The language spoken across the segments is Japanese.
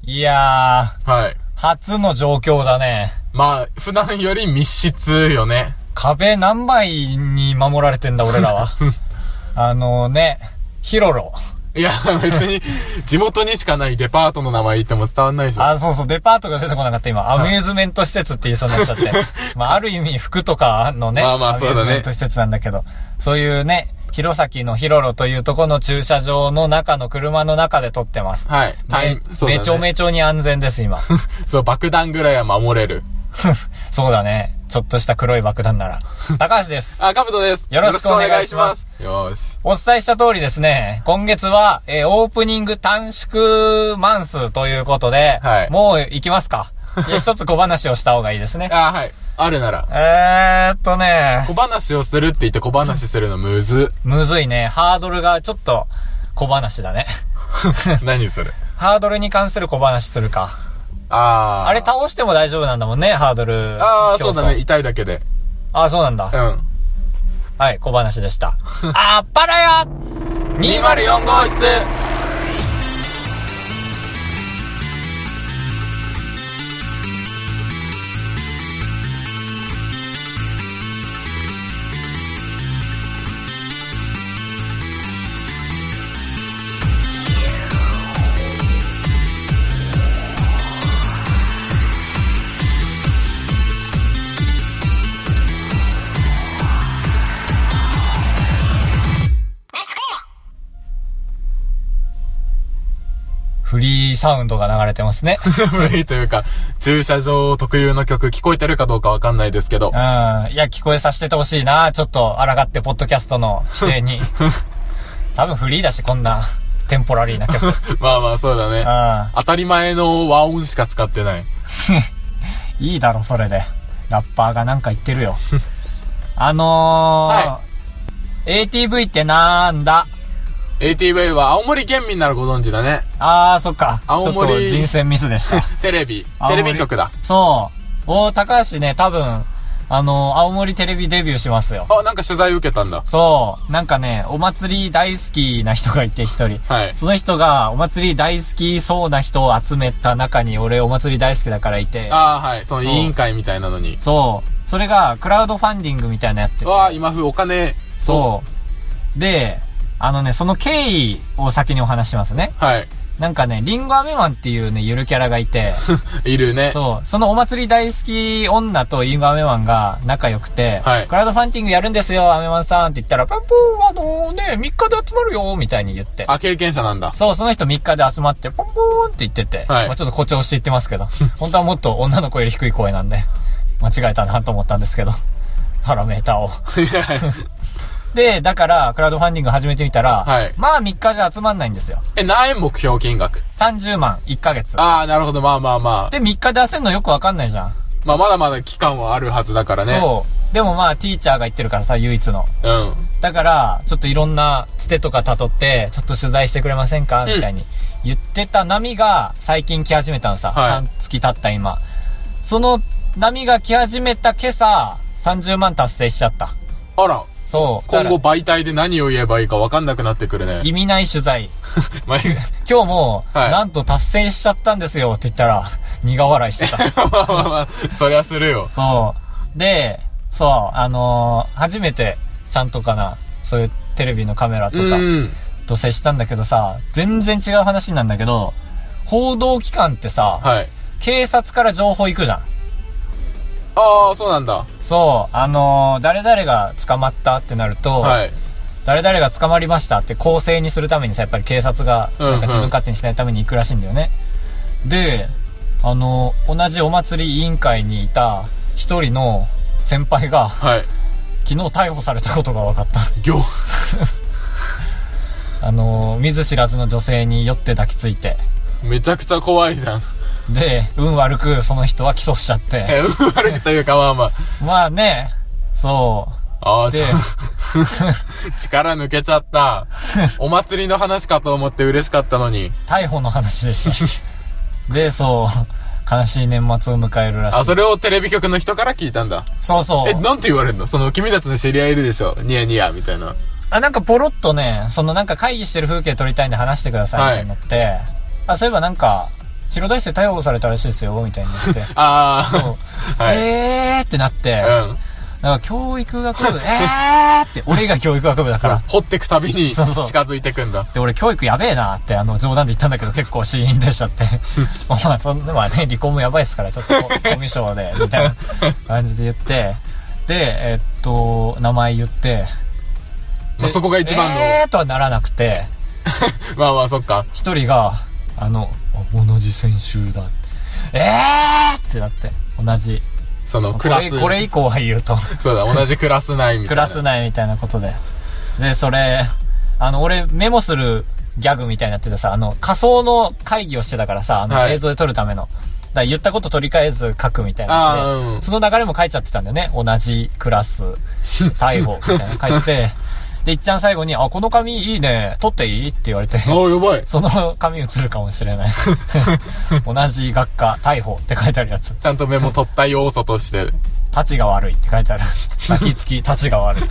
いやー。 はい。 初の状況だね。 まあ、普段より密室よね。 壁何枚に守られてんだ、俺らは。ヒロロ。 いや、別に、地元にしかないデパートの名前言っても伝わんないでしょ。 あ、そうそう、デパートが出てこなかった、今。アミューズメント施設って言いそうになっちゃって。まあ、ある意味、服とかのね、 まあそうだね。 アミューズメント施設なんだけど、そういうね、弘前のヒロロというところの駐車場の中の車の中で撮ってます。 はい。 そうだね。めちょめちょに安全です、今。 そう、爆弾ぐらいは守れる。 そうだね。ちょっとした黒い爆弾なら。高橋です。 あ、カブトです。 よろしくお願いします。 よーし。 お伝えした通りですね、今月は、オープニング短縮マンスということで、はい、もう行きますか。いや、一つ小話をした方がいいですね。 あ、はい。あるなら。小話をするって言って小話するのむずいね。ハードルがちょっと小話だね。 何それ。 ハードルに関する小話するか。あれ倒しても大丈夫なんだもんね、ハードル。 そうだね。痛いだけで。 そうなんだ。 うん。 はい、小話でした。あっぱらや !204 号室フリーサウンドが流れてますね。 フリーというか、駐車場特有の曲聞こえてるかどうかわかんないですけど。 いや、聞こえさせててほしいな。ちょっと抗ってポッドキャストの規制に。多分フリーだし、こんなテンポラリーな曲。 まあまあそうだね。当たり前の和音しか使ってない。 いいだろ、それで。ラッパーがなんか言ってるよ。ATV ってなんだ ？ATV は青森県民ならご存知だね。 そっか。青森。ちょっと人選ミスでした。 テレビ局だ。 そう。高橋ね、多分、青森テレビデビューしますよ。 なんか取材受けたんだ。 そう。なんかね、お祭り大好きな人がいて一人。 はい。 その人がお祭り大好きそうな人を集めた中に俺お祭り大好きだからいて。 はい。その委員会みたいなのに。 そう。それがクラウドファンディングみたいなやってて。 今風お金。 そう。で、その経緯を先にお話しますね。 はい。 なんかね、リンゴ飴マンっていうね、ゆるキャラがいて。 いるね。 そう。そのお祭り大好き女とリンゴ飴マンが仲良くて、 はい。 クラウドファンディングやるんですよ、飴マンさんって言ったら、パンポー3日で集まるよ、みたいに言って。 経験者なんだ。 そう、その人3日で集まって、ポンポーンって言ってて、 はい。 ちょっと誇張して言ってますけど、本当はもっと女の子より低い声なんで、間違えたなと思ったんですけど、パラメーターを。で、だから、クラウドファンディング始めてみたら、 はい。 まあ3日じゃ集まんないんですよ。 何円目標金額？ 30万、1ヶ月。 なるほど、まあまあまあ。 で、3日で出せんのよくわかんないじゃん。 まあまだまだ期間はあるはずだからね。 そう。でもまあ、ティーチャーが言ってるからさ、唯一の。 うん。 だから、ちょっといろんなつてとか辿って、ちょっと取材してくれませんかみたいに言ってた波が最近来始めたのさ。 はい。 半月経った今。その波が来始めた今朝、30万達成しちゃった。 あら。 そう。 今後媒体で何を言えばいいか分かんなくなってくるね。 意味ない取材。今日も、 はい、 なんと達成しちゃったんですよって言ったら、苦笑いしてた。 まあまあまあ、そりゃするよ。 そう。で、そう、初めて、ちゃんとそういうテレビのカメラとか、と接したんだけどさ、全然違う話なんだけど、報道機関ってさ、 はい、 警察から情報行くじゃん。 そうなんだ。 そう、誰々が捕まったってなると、 はい、 誰々が捕まりましたって公正にするためにさ、やっぱり警察が、なんか自分勝手にしないために行くらしいんだよね。で、同じお祭り委員会にいた一人の先輩が、 はい、 昨日逮捕されたことが分かった。見ず知らずの女性に酔って抱きついて。 めちゃくちゃ怖いじゃん。 で、運悪くその人は起訴しちゃって。 運悪くというかまあまあ。 まあね、そう。で、 力抜けちゃった。お祭りの話かと思って嬉しかったのに。 逮捕の話でした。で、そう。悲しい年末を迎えるらしい。 それをテレビ局の人から聞いたんだ。 そうそう。 なんて言われるの？君たちの知り合いいるでしょ？ニヤニヤみたいな。 なんかポロッとね、なんか会議してる風景撮りたいんで話してくださいみたいになって、そういえばなんか、 広大生逮捕されたらしいですよみたいに言ってあそう、 はいーってなって、 うんだから教育学部って俺が教育学部だから掘ってくたびに近そうづいてくんだ。 で俺教育やべえなって冗談で言ったんだけど結構シーンとしちゃってまあそんなまあね離婚もやばいですからちょっとコミュ障でみたいな感じで言ってで名前言ってまあ、そこが一番のとはならなくてまあまあそっか一人が同じ先週だってなって同じそのクラスこれ以降は言うとそうだ同じクラス内みたいなクラス内みたいなことでそれ俺メモするギャグみたいになっててさ仮想の会議をしてたからさはい、 映像で撮るためのだから言ったこと取り返す書くみたいなやつで、 うん、 その流れも書いちゃってたんだよね同じクラス逮捕みたいな書いててでいっちゃん最後にこの紙いいね取っていいって言われてやばいその紙映るかもしれない同じ学科逮捕って書いてあるやつちゃんとメモ取った要素として立ちが悪いって書いてある先付き立ちが悪い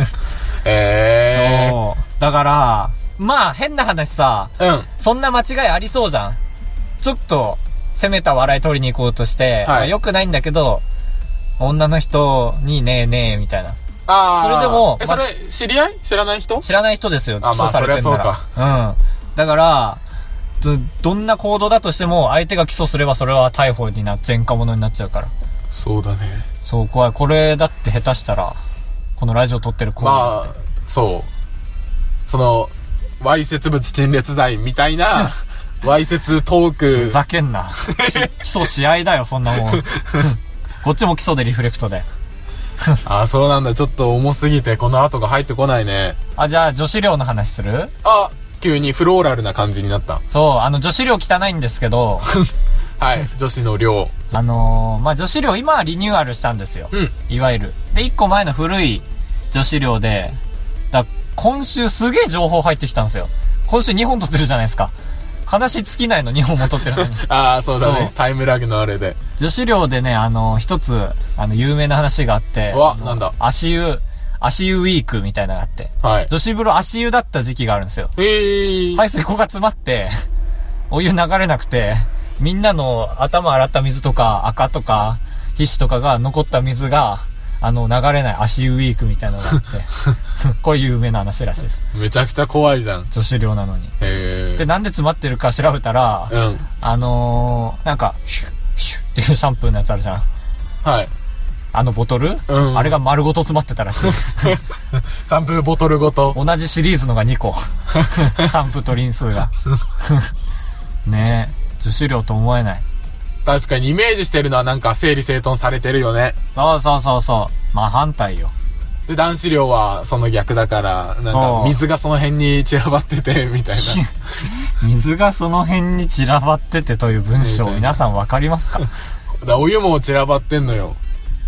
そうだからまあ変な話さ、そんな間違いありそうじゃんちょっと攻めた笑い取りに行こうとして、 はいまあ、よくないんだけど女の人にねえねえみたいなそれでもそれ知り合い知らない人知らない人ですよ起まあ訴されてんなら、 そりゃそうかだからどんな行動だとしても相手が起訴すればそれは逮捕に前科者になっちゃうからそうだねそう怖いこれだって下手したらこのラジオ撮ってる行為まあそうそのわいせつ物陳列罪みたいなわいせつトークふざけんな起訴し合いだよそんなもんこっちも起訴でリフレクトでそうなんだちょっと重すぎてこの後が入ってこないねじゃあ女子寮の話する急にフローラルな感じになったそう女子寮汚いんですけどはい女子の寮まあ女子寮今はリニューアルしたんですよ、いわゆるで1個前の古い女子寮で今週すげえ情報入ってきたんですよ今週2本撮ってるじゃないですか話尽きないの2本も撮ってるのにそうだねタイムラグのあれで女子寮でね一つ有名な話があってなんだ足湯ウィークみたいなのがあって、 はい、 女子風呂足湯だった時期があるんですよ排水溝が詰まってお湯流れなくてみんなの頭洗った水とか赤とか皮脂とかが残った水が流れない足湯ウィークみたいなのがあってこういう有名な話らしいですめちゃくちゃ怖いじゃん女子寮なのにでなんで詰まってるか調べたら、なんかシュッシュッっていうシャンプーのやつあるじゃんはいボトル、あれが丸ごと詰まってたらしいシャンプーボトルごと同じシリーズのが2個シャンプーとリンスがねえ女子寮と思えない確かにイメージしてるのはなんか整理整頓されてるよねそうまあ反対よで男子寮はその逆だからなんか水がその辺に散らばっててみたいな水がその辺に散らばっててという文章皆さんわかりますかお湯も散らばってんのよ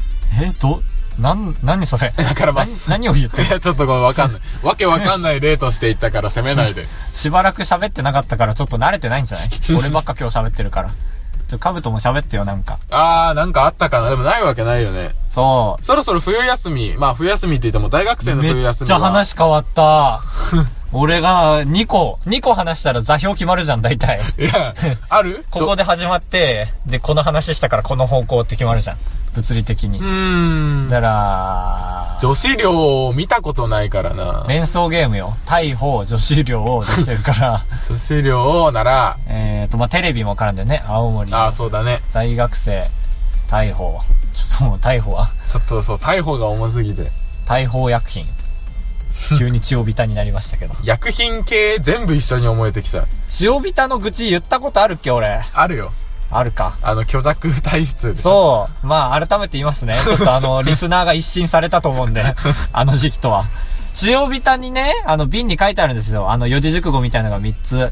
何それだから何を言ってるいやちょっとわかんないわけわかんない例として言ったから責めないでしばらく喋ってなかったからちょっと慣れてないんじゃない俺ばっか今日喋ってるからカブトも喋ってよなんかなんかあったかなでもないわけないよねそうそろそろ冬休みまあ冬休みって言っても大学生の冬休みはめっちゃ話変わった俺が2個話したら座標決まるじゃん大体いやあるここで始まってでこの話したからこの方向って決まるじゃん物理的にだから女子寮を見たことないからな連想ゲームよ逮捕女子寮を出してるから女子寮ならまあテレビも絡んでね青森そうだね大学生逮捕ちょっともう逮捕はちょっと逮捕が重すぎて逮捕薬品急に千代ビタになりましたけど薬品系全部一緒に思えてきた千代ビタの愚痴言ったことあるっけ俺あるよあるか虚弱体質でそうまあ改めて言いますねちょっとリスナーが一新されたと思うんで時期とは千代ビタにね瓶に書いてあるんですよ四字熟語みたいなのが3つ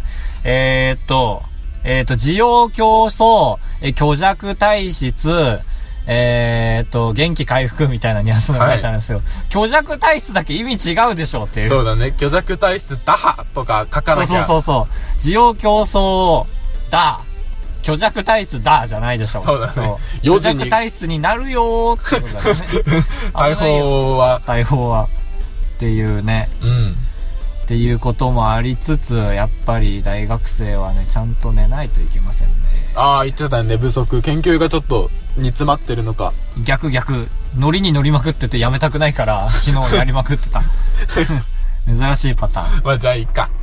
需要競争虚弱体質元気回復みたいなニュアンスが書いてあるんですよ、虚弱体質だけ意味違うでしょっていうそうだね虚弱体質打破とか書かなきゃそう需要競争だ虚弱体質だじゃないでしょそうだね虚弱体質になるよーってことだね逮捕はっていうねっていうこともありつつやっぱり大学生はねちゃんと寝ないといけませんねああ、言ってたね、寝不足。研究がちょっと煮詰まってるのか。 逆。ノリに乗りまくっててやめたくないから、昨日やりまくってた。珍しいパターン。 まあ、じゃあいいか。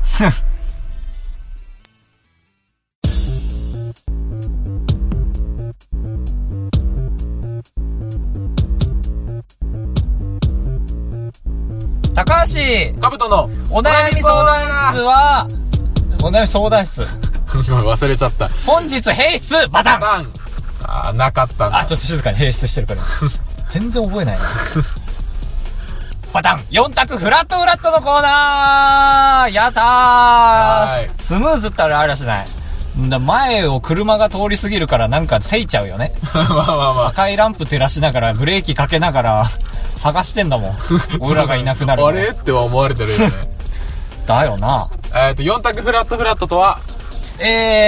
高橋カブトのお悩み相談室は、お悩み相談室。 忘れちゃった。 本日閉室バタン。 ああ、なかったな。 あ、ちょっと静かに閉室してるから。全然覚えないな。バタン !4 択フラットフラットのコーナーやったー。 はい。 スムーズってあれはしない。前を車が通り過ぎるからなんかせいちゃうよね。 まあ。 赤いランプ照らしながらブレーキかけながら探してんだもん。俺らがいなくなる。 あれって思われてるよね。 だよな。 4択フラットフラットとはツイ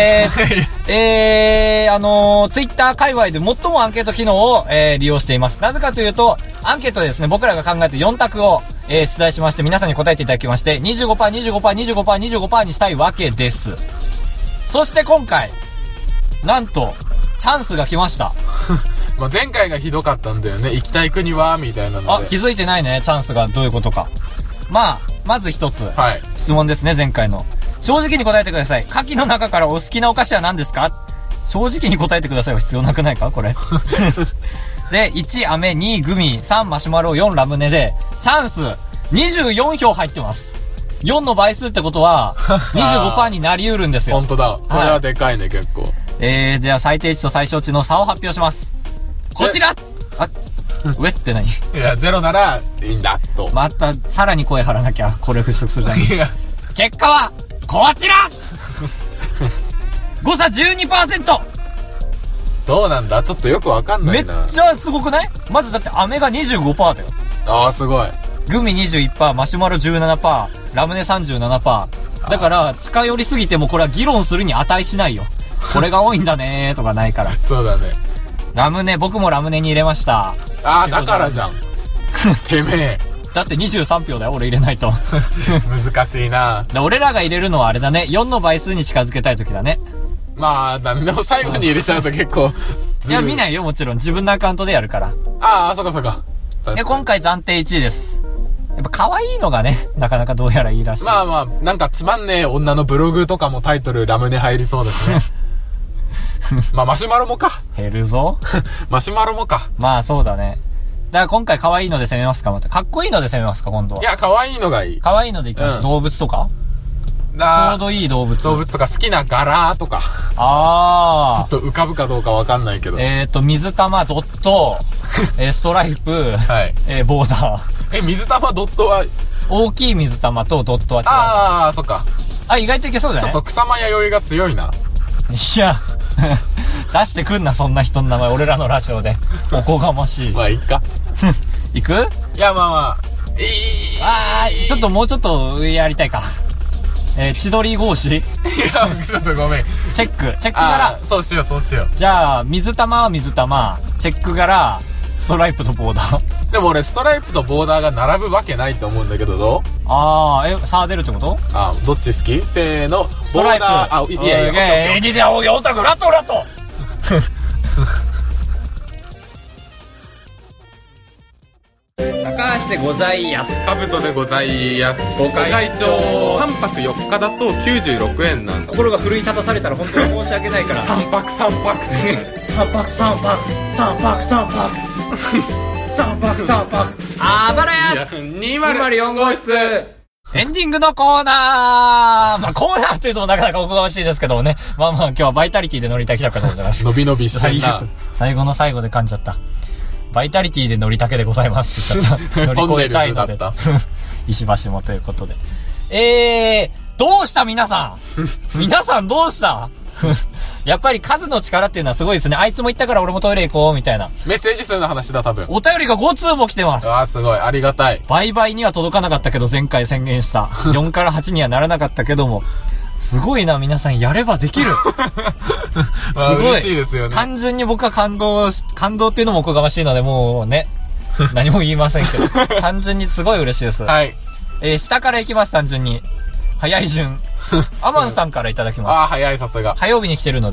ッター界隈で最もアンケート機能を、利用しています。なぜかというと、アンケートでですね、僕らが考えて4択を、出題しまして、皆さんに答えていただきまして、25% にしたいわけです。そして今回、なんと、チャンスが来ました。 まあ前回がひどかったんだよね。行きたい国はみたいなので。 気づいてないね、チャンスがどういうことか。まず一つ、 はい、 質問ですね、前回の。正直に答えてください。牡蠣の中からお好きなお菓子は何ですか？正直に答えてくださいは必要なくないかこれ。で、1、飴、2、グミ、3、マシュマロ、4、ラムネで、チャンス、24票入ってます。4の倍数ってことは、25% になり得るんですよ。 本当だ。これはでかいね、結構。 じゃあ最低値と最小値の差を発表します。こちら上って何？ いや、0ならいいんだ、と。 また、さらに声張らなきゃ、これ払拭するために。結果は、こちら誤差 12%! どうなんだ？ちょっとよくわかんないな。 めっちゃすごくない？まずだって飴が 25% だよ。 ああ、すごい。 グミ 21%、マシュマロ 17%、ラムネ 37%。だから、近寄りすぎてもこれは議論するに値しないよ。これが多いんだねーとかないから。 そうだね。 ラムネ、僕もラムネに入れました。 ああ、だからじゃん。てめえ。 だって23票だよ、俺入れないと。 難しいな。 俺らが入れるのはあれだね、4の倍数に近づけたい時だね。 まあ、でも最後に入れちゃうと結構いや、見ないよ、もちろん。自分のアカウントでやるから。 ああ、そっかそっか。 今回暫定1位です。やっぱ可愛いのがね、なかなかどうやらいいらしい。 まあ、なんかつまんねえ女のブログとかもタイトルラムネ入りそうですね。まあ、マシュマロもか。 減るぞ。 マシュマロもか。 まあ、そうだね。だから今回可愛いので攻めますか？また。かっこいいので攻めますか？今度は。 いや、可愛いのがいい。 可愛いのでいきます。動物とか？ちょうどいい動物。 動物とか好きな柄とか。 ああ。 ちょっと浮かぶかどうかわかんないけど。 水玉、ドット、ストライプ、 はい。 ボーダー。水玉、ドットは大きい水玉とドットは違う。 ああ、そっか。 意外といけそうじゃない？ ちょっと草間弥生が強いな。 いや、出してくんな、そんな人の名前、俺らのラジオで。おこがましい。 まあ、いっか。 行く？ いや、まあ。 ちょっともうちょっとやりたいか。千鳥格子？いや、ちょっとごめん。 チェック柄。 そうしよう。 じゃあ、水玉は水玉、チェック柄、ストライプとボーダー。 でも俺、ストライプとボーダーが並ぶわけないと思うんだけど、どう？ 差出るってこと？ どっち好き？せーの、 ストライプ。 いや、 オタク、ラット高橋でございやす。 カブトでございやす。 ご会長。 3泊4日だと96円なんだ。 心が奮い立たされたら本当に申し訳ないから。 3泊って。 あばらや204号室。エンディングのコーナー。コーナーっていうともなかなかおこがましいですけどもね。今日はバイタリティで乗りたきたかと思います。 伸び伸びしてんな。 最後の最後で噛んじゃった。バイタリティで乗りたけでございますって言っちゃった。乗り越えたいので。石橋もということで。どうした皆さん皆さんどうしたやっぱり数の力っていうのはすごいですね。あいつも言ったから俺もトイレ行こうみたいな。 メッセージ数の話だ多分。 お便りが5通も来てます。 すごい。ありがたい。 倍々には届かなかったけど前回宣言した。4から8にはならなかったけども。すごいな、皆さんやればできる。 すごい。嬉しいですよね。 単純に僕は感動っていうのもおこがましいので、もうね、何も言いませんけど。単純にすごい嬉しいです。 はい。 下から行きます、単純に。早い順。アマンさんからいただきます。 早い、さすが。 火曜日に来てるので。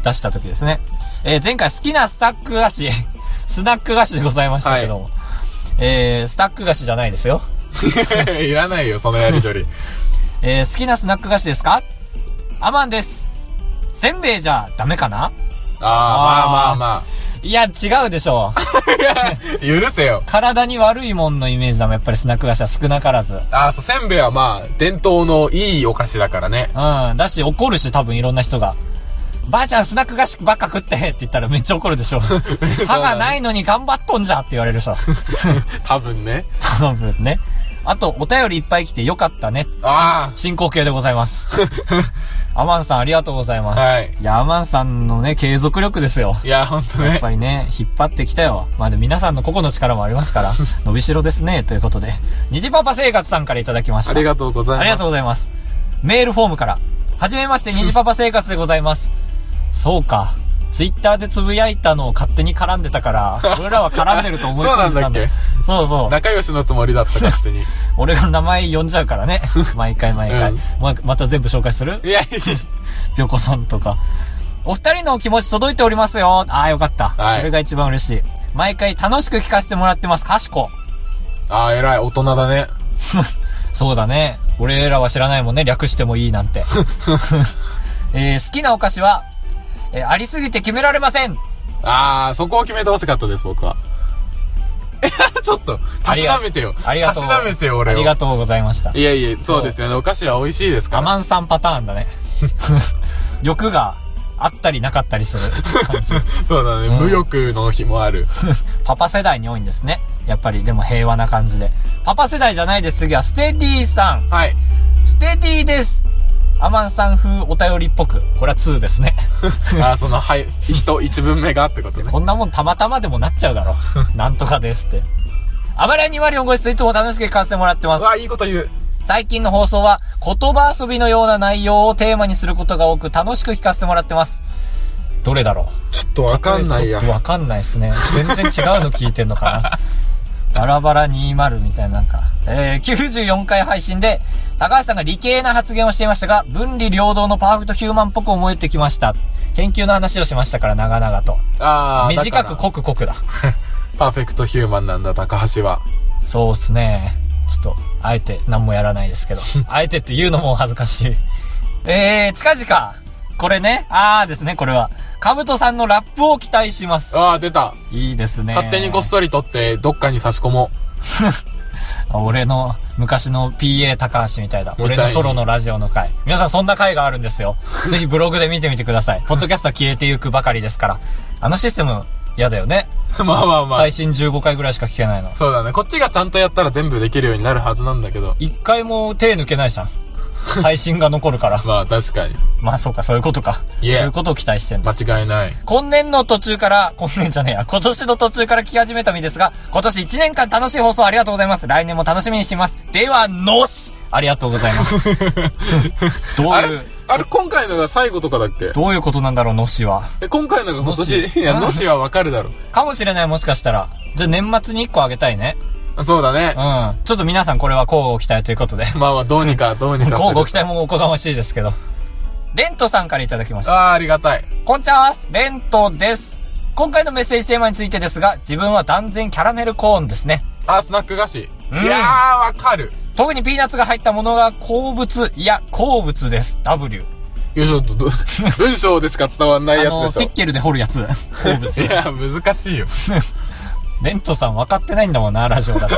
出した時ですね。前回好きなスナック菓子でございましたけど、スタック菓子じゃないですよ。 いらないよ、そのやりとり。 好きなスナック菓子ですか？アマンです。せんべいじゃダメかな？ まあ。 いや、違うでしょう。許せよ。 体に悪いもんのイメージだもん、やっぱりスナック菓子は少なからず。 そう、せんべいはまあ、伝統のいいお菓子だからね。 だし、怒るし、多分いろんな人が。ばあちゃんスナック菓子ばっか食ってって言ったらめっちゃ怒るでしょ。歯がないのに頑張っとんじゃって言われるでしょ。 多分ね。 あと、お便りいっぱい来てよかったね。進行形でございます。アマンさんありがとうございます。いや、アマンさんのね、継続力ですよ。 いや、ほんとね。 やっぱりね、引っ張ってきたよ。まあで皆さんの個々の力もありますから、伸びしろですね、ということで。虹パパ生活さんからいただきました。 ありがとうございます。 ありがとうございます。メールフォームから。はじめまして、虹パパ生活でございます。そうか。ツイッターでつぶやいたのを勝手に絡んでたから、俺らは絡んでると思い込んでたんだ。 そうなんだっけ？ そう。 仲良しのつもりだった、勝手に。 俺が名前呼んじゃうからね。毎回。また全部紹介する？ いや。 ぴょこさんとか。お二人のお気持ち届いておりますよ。よかった。それが一番嬉しい。毎回楽しく聞かせてもらってます。かしこ。 偉い。大人だね。 そうだね。俺らは知らないもんね。略してもいいなんて。好きなお菓子は、ありすぎて決められません。 そこを決めてほしかったです、僕は。ちょっと、たしなめてよ。 ありがとう。 たしなめてよ、俺を。 ありがとうございました。 いや、そうですよね。お菓子は美味しいですから。 アマンさんパターンだね。欲があったりなかったりする感じ。 そうだね。無欲の日もある。 パパ世代に多いんですね。やっぱり、でも平和な感じで。パパ世代じゃないです。次はステディさん。 はい。 ステディです。アマンさん風お便りっぽく。これは2ですね。 一文目がってことね。 こんなもんたまたまでもなっちゃうだろ。なんとかですって。あばれ204号室いつも楽しく聞かせてもらってます。 いいこと言う。 最近の放送は言葉遊びのような内容をテーマにすることが多く楽しく聞かせてもらってます。どれだろう？ ちょっとわかんないや。 ちょっとわかんないですね。全然違うの聞いてんのかな。バラバラ20みたいななんか。94回配信で、高橋さんが理系な発言をしていましたが、分離両道のパーフェクトヒューマンっぽく思えてきました。研究の話をしましたから長々と。短く濃くだ。 パーフェクトヒューマンなんだ、高橋は。 そうっすね。ちょっと、あえて何もやらないですけど。あえてって言うのも恥ずかしい。近々。これね。ですね、これは。カブトさんのラップを期待します。 出た。 いいですね。 勝手にこっそり撮って、どっかに差し込もう。俺の昔の PA 高橋みたいだ。俺のソロのラジオの回。皆さんそんな回があるんですよ。ぜひブログで見てみてください。ポッドキャストは消えてゆくばかりですから。あのシステム、嫌だよね。 まあ。 最新15回ぐらいしか聞けないの。 そうだね。こっちがちゃんとやったら全部できるようになるはずなんだけど。 一回も手抜けないじゃん。最新が残るから。 確かに。 そうか、そういうことか。そういうことを期待してんだ。 間違いない。 今年の途中から、今年の途中から聞き始めた身ですが、今年1年間楽しい放送ありがとうございます。来年も楽しみにしています。では、のしありがとうございます。どういう。 あれ、今回のが最後とかだっけ？ どういうことなんだろう、のしは。 今回のが今年、いや、のしはわかるだろ。 かもしれない、もしかしたら。じゃあ年末に1個あげたいね。 そうだね。 ちょっと皆さんこれは交互期待ということで。 どうにか交互期待もおこがましいですけど。レントさんからいただきました。 ありがたい。 こんちゃわす、レントです。今回のメッセージテーマについてですが、自分は断然キャラメルコーンですね。 スナック菓子。いやわかる。 特にピーナッツが入ったものが好物です。W。 ちょっと、文章でしか伝わんないやつでしょ。 ピッケルで掘るやつ。好物。 いや、難しいよ。 レントさん分かってないんだもんな、ラジオだって。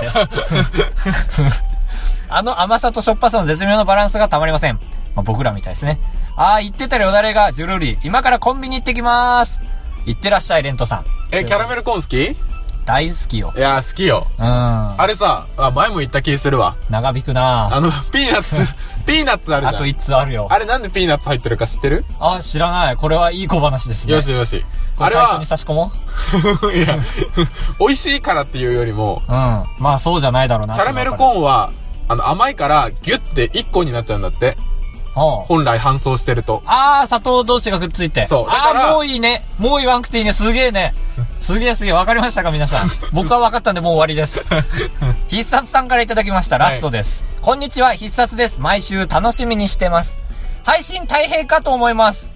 甘さとしょっぱさの絶妙なバランスがたまりません。僕らみたいですね。言ってたらよだれがジュルリ。今からコンビニ行ってきまーす。行ってらっしゃい、レントさん。 キャラメルコーン好き？ 大好きよ。 いや、好きよ。あれさ、前も言った気するわ。 長引くなピーナッツあるじゃん。 あと1つあるよ。 あれなんでピーナッツ入ってるか知ってる？ 知らない。これはいい小話ですね。 よし。 これ最初に差し込もう？いや、美味しいからっていうよりも。 そうじゃないだろうな。 キャラメルコーンは、甘いからギュッて1個になっちゃうんだって。本来搬送してると。 砂糖同士がくっついて。 そう。だから。 もういいね。もう言わんくていいね。すげえね。すげえ。わかりましたか皆さん。僕は分かったんでもう終わりです。必殺さんからいただきました。ラストです。こんにちは、必殺です。毎週楽しみにしてます。配信大変かと思います。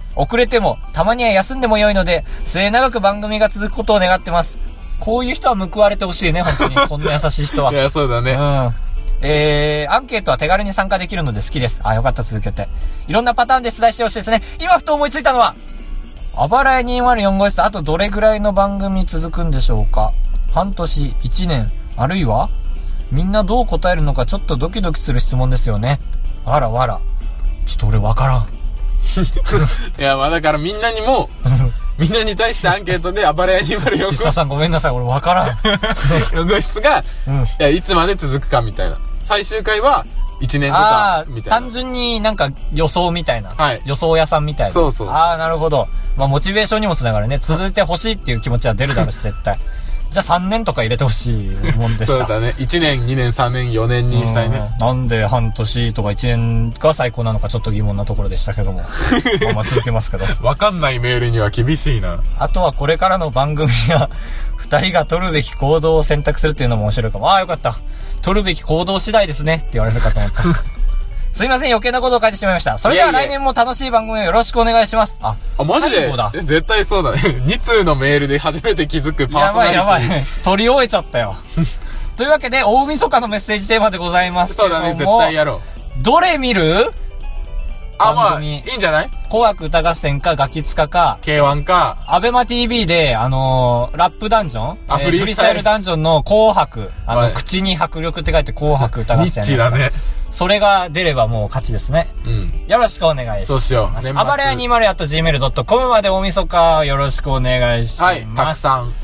遅れても、たまには休んでも良いので、末永く番組が続くことを願ってます。こういう人は報われてほしいね、本当に。こんな優しい人は。 いや、そうだね。 うん。アンケートは手軽に参加できるので好きです。あ、よかった、続けて。いろんなパターンで出題してほしいですね。今ふと思いついたのは、あばらや204号室、あとどれぐらいの番組続くんでしょうか。半年、1年、あるいはみんなどう答えるのかちょっとドキドキする質問ですよね。わらわら。ちょっと俺わからん。 いや、まあだからみんなにも、みんなに対してアンケートで、あばらや204号室。 吉田さんごめんなさい、俺わからん。 4号室が、いつまで続くかみたいな。最終回は、1年とか、みたいな。 単純になんか予想みたいな。 はい。 予想屋さんみたいな。 そうそう。 ああ、なるほど。まあ、モチベーションにもつながるね。続いてほしいっていう気持ちは出るだろうし、絶対。じゃあ3年とか入れてほしいもんでした。 そうだね。1年、2年、3年、4年にしたいね。 なんで半年とか1年が最高なのかちょっと疑問なところでしたけども。まあ続けますけど。 わかんないメールには厳しいな。 あとはこれからの番組や、2人が取るべき行動を選択するっていうのも面白いかも。ああ、よかった。取るべき行動次第ですねって言われるかと思った。すいません、余計なことを書いてしまいました。それでは来年も楽しい番組をよろしくお願いします。あ、 マジで最後だ。 絶対そうだね。2通のメールで初めて気づくパーソナリティ。 やばいやばい。取り終えちゃったよ。というわけで、大晦日のメッセージテーマでございますけども。 そうだね、絶対やろう。どれ見る？ あ、まあ、いいんじゃない？ 紅白歌合戦か、ガキツカか、 K1 か、 アベマ TV で、ラップダンジョン？フリースタイルダンジョンの紅白、口に迫力って書いて紅白歌合戦。 ニッチだね。 それが出ればもう勝ちですね。 うん。 よろしくお願いします。 そうしよう。 あばれや 20@gmail.com まで大晦日よろしくお願いします。 はい、たくさん。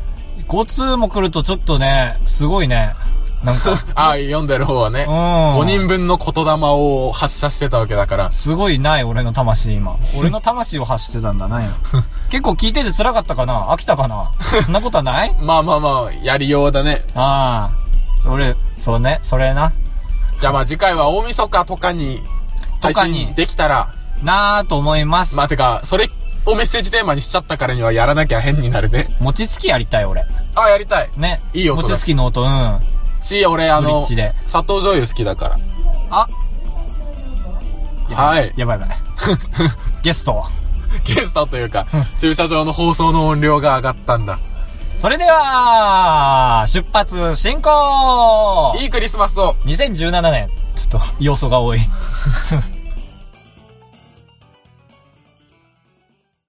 5通も来るとちょっとね、すごいね。なんか。 読んでる方はね。5人分の言霊を発射してたわけだから。 すごいない、俺の魂今。俺の魂を発してたんだな、結構聞いてて辛かったかな？飽きたかな？そんなことはない？ まあ、やりようだね。 ああ。そうね、それな。 じゃあまあ次回は大晦日とかに配信できたらなぁと思います。 まあてかそれをメッセージテーマにしちゃったからにはやらなきゃ変になるね。 餅つきやりたい俺。 あ、やりたいね。 いい音だ。 餅つきの音。うん。 俺砂糖醤油好きだから。 あ、 はい。 やばい。ゲストというか駐車場の放送の音量が上がったんだ。 それでは、出発進行！ いいクリスマスを。 2017年。ちょっと、要素が多い。